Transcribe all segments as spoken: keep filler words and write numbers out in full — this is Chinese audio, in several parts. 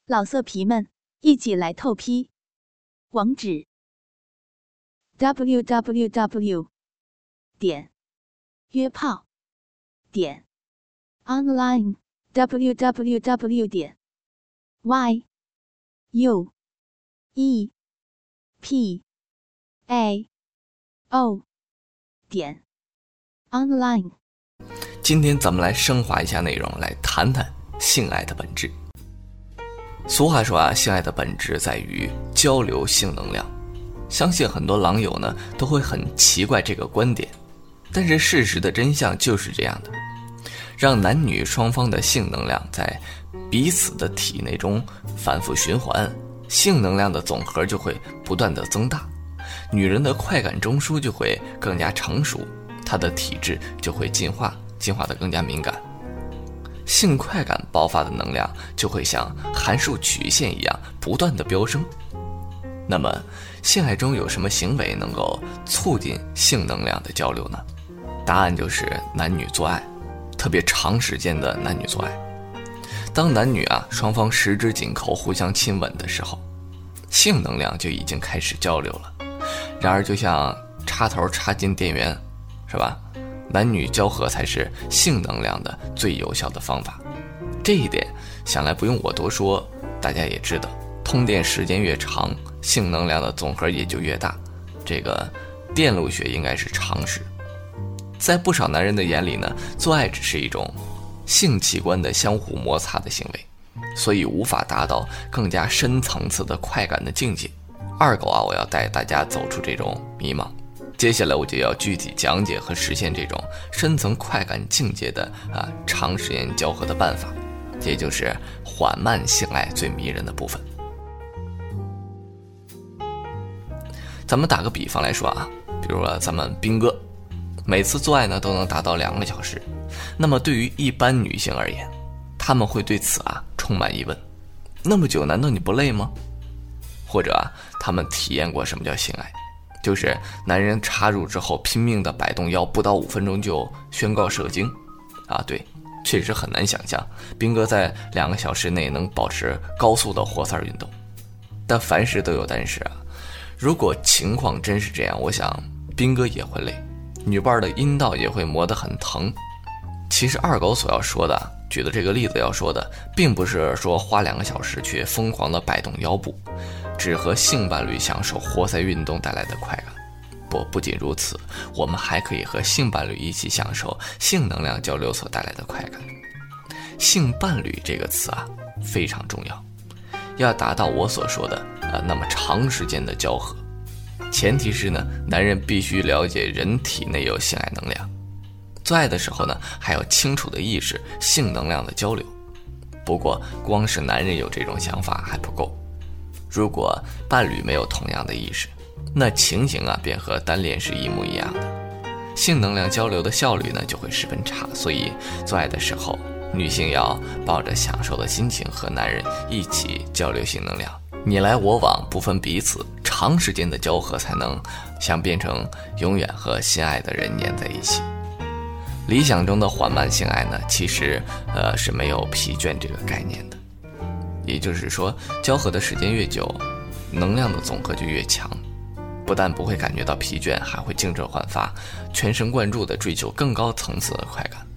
老色皮们，一起来透批！网址 ：double u double u double u 点约炮点 online double u double u double u 点 y u e p a o 点 online。 今天咱们来升华一下内容，来谈谈性爱的本质。俗话说啊，性爱的本质在于交流性能量。相信很多狼友呢都会很奇怪这个观点，但是事实的真相就是这样的。让男女双方的性能量在彼此的体内中反复循环，性能量的总和就会不断的增大，女人的快感中枢就会更加成熟，她的体质就会进化进化得更加敏感，性快感爆发的能量就会像函数曲线一样不断的飙升。那么性爱中有什么行为能够促进性能量的交流呢？答案就是男女做爱，特别长时间的男女做爱。当男女啊双方十指紧扣互相亲吻的时候，性能量就已经开始交流了。然而就像插头插进电源，是吧？男女交合才是性能量的最有效的方法。这一点想来不用我多说，大家也知道，通电时间越长，性能量的总和也就越大，这个电路学应该是常识。在不少男人的眼里呢，做爱只是一种性器官的相互摩擦的行为，所以无法达到更加深层次的快感的境界。二狗啊，我要带大家走出这种迷茫。接下来我就要具体讲解和实现这种深层快感境界的啊长时间交合的办法，也就是缓慢性爱最迷人的部分。咱们打个比方来说啊，比如说咱们兵哥每次做爱呢都能达到两个小时，那么对于一般女性而言，她们会对此啊充满疑问，那么久难道你不累吗？或者啊她们体验过什么叫性爱，就是男人插入之后拼命的摆动腰，不到五分钟就宣告射精啊。对，确实很难想象兵哥在两个小时内能保持高速的活塞运动。但凡事都有但是啊，如果情况真是这样，我想兵哥也会累，女伴的阴道也会磨得很疼。其实二狗所要说的，举的这个例子要说的，并不是说花两个小时去疯狂的摆动腰部，只和性伴侣享受活塞运动带来的快感。不，不仅如此，我们还可以和性伴侣一起享受性能量交流所带来的快感。性伴侣这个词啊非常重要，要达到我所说的呃那么长时间的交合，前提是呢，男人必须了解人体内有性爱能量，做爱的时候呢还要清楚的意识性能量的交流。不过光是男人有这种想法还不够，如果伴侣没有同样的意识，那情形啊便和单恋是一模一样的，性能量交流的效率呢就会十分差。所以做爱的时候，女性要抱着享受的心情和男人一起交流性能量，你来我往不分彼此，长时间的交合才能想变成永远和心爱的人黏在一起。理想中的缓慢性爱呢，其实呃是没有疲倦这个概念的，也就是说交合的时间越久，能量的总和就越强，不但不会感觉到疲倦，还会精神焕发，全神贯注地追求更高层次的快感。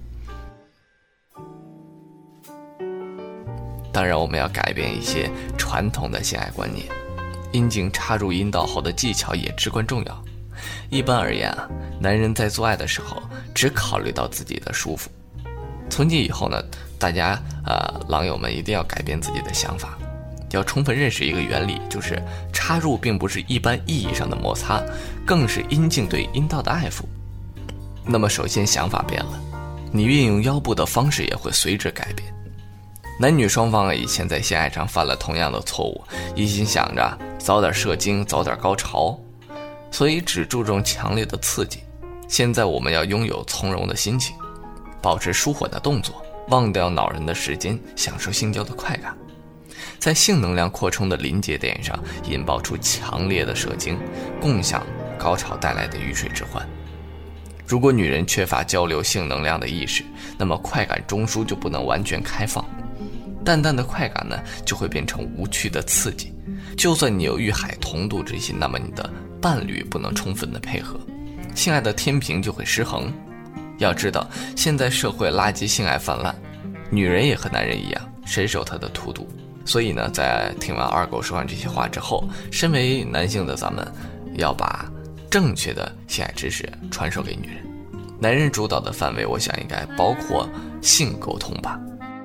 当然我们要改变一些传统的性爱观念，阴茎插入阴道后的技巧也至关重要。一般而言啊，男人在做爱的时候只考虑到自己的舒服。从今以后呢，大家呃狼友们一定要改变自己的想法，要充分认识一个原理，就是插入并不是一般意义上的摩擦，更是阴茎对阴道的爱抚。那么首先想法变了，你运用腰部的方式也会随之改变。男女双方以前在性爱上犯了同样的错误，一心想着早点射精早点高潮，所以只注重强烈的刺激。现在我们要拥有从容的心情，保持舒缓的动作，忘掉恼人的时间，享受性交的快感，在性能量扩充的临界点上引爆出强烈的射精，共享高潮带来的鱼水之欢。如果女人缺乏交流性能量的意识，那么快感中枢就不能完全开放， 淡淡的快感呢就会变成无趣的刺激。就算你有欲海同度之心，那么你的伴侣不能充分的配合，性爱的天平就会失衡。要知道，现在社会垃圾性爱泛滥，女人也和男人一样深受它的荼毒。所以呢，在听完二狗说完这些话之后，身为男性的咱们要把正确的性爱知识传授给女人。男人主导的范围，我想应该包括性沟通吧。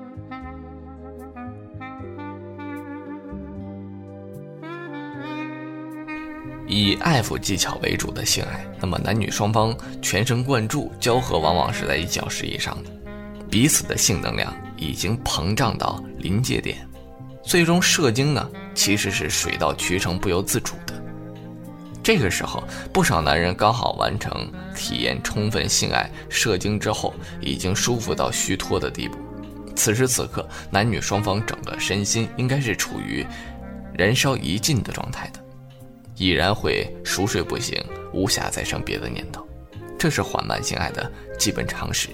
以爱抚技巧为主的性爱，那么男女双方全神贯注交合，往往是在一小时以上的，彼此的性能量已经膨胀到临界点，最终射精呢其实是水到渠成，不由自主的。这个时候，不少男人刚好完成体验充分性爱射精之后，已经舒服到虚脱的地步。此时此刻，男女双方整个身心应该是处于燃烧一尽的状态的，已然会熟睡不醒，无暇再生别的念头。这是缓慢性爱的基本常识。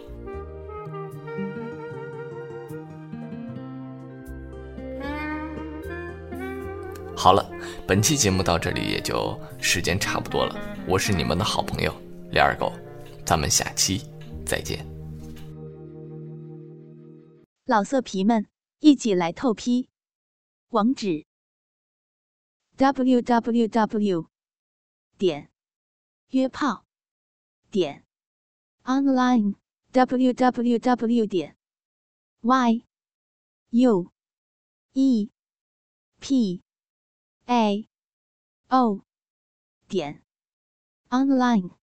好了，本期节目到这里也就时间差不多了，我是你们的好朋友李二狗，咱们下期再见。 老色皮们，一起来透批！网址 ：double-u double-u double-u 点约炮点 online double-u double-u double-u 点 y u e p a o 点 online。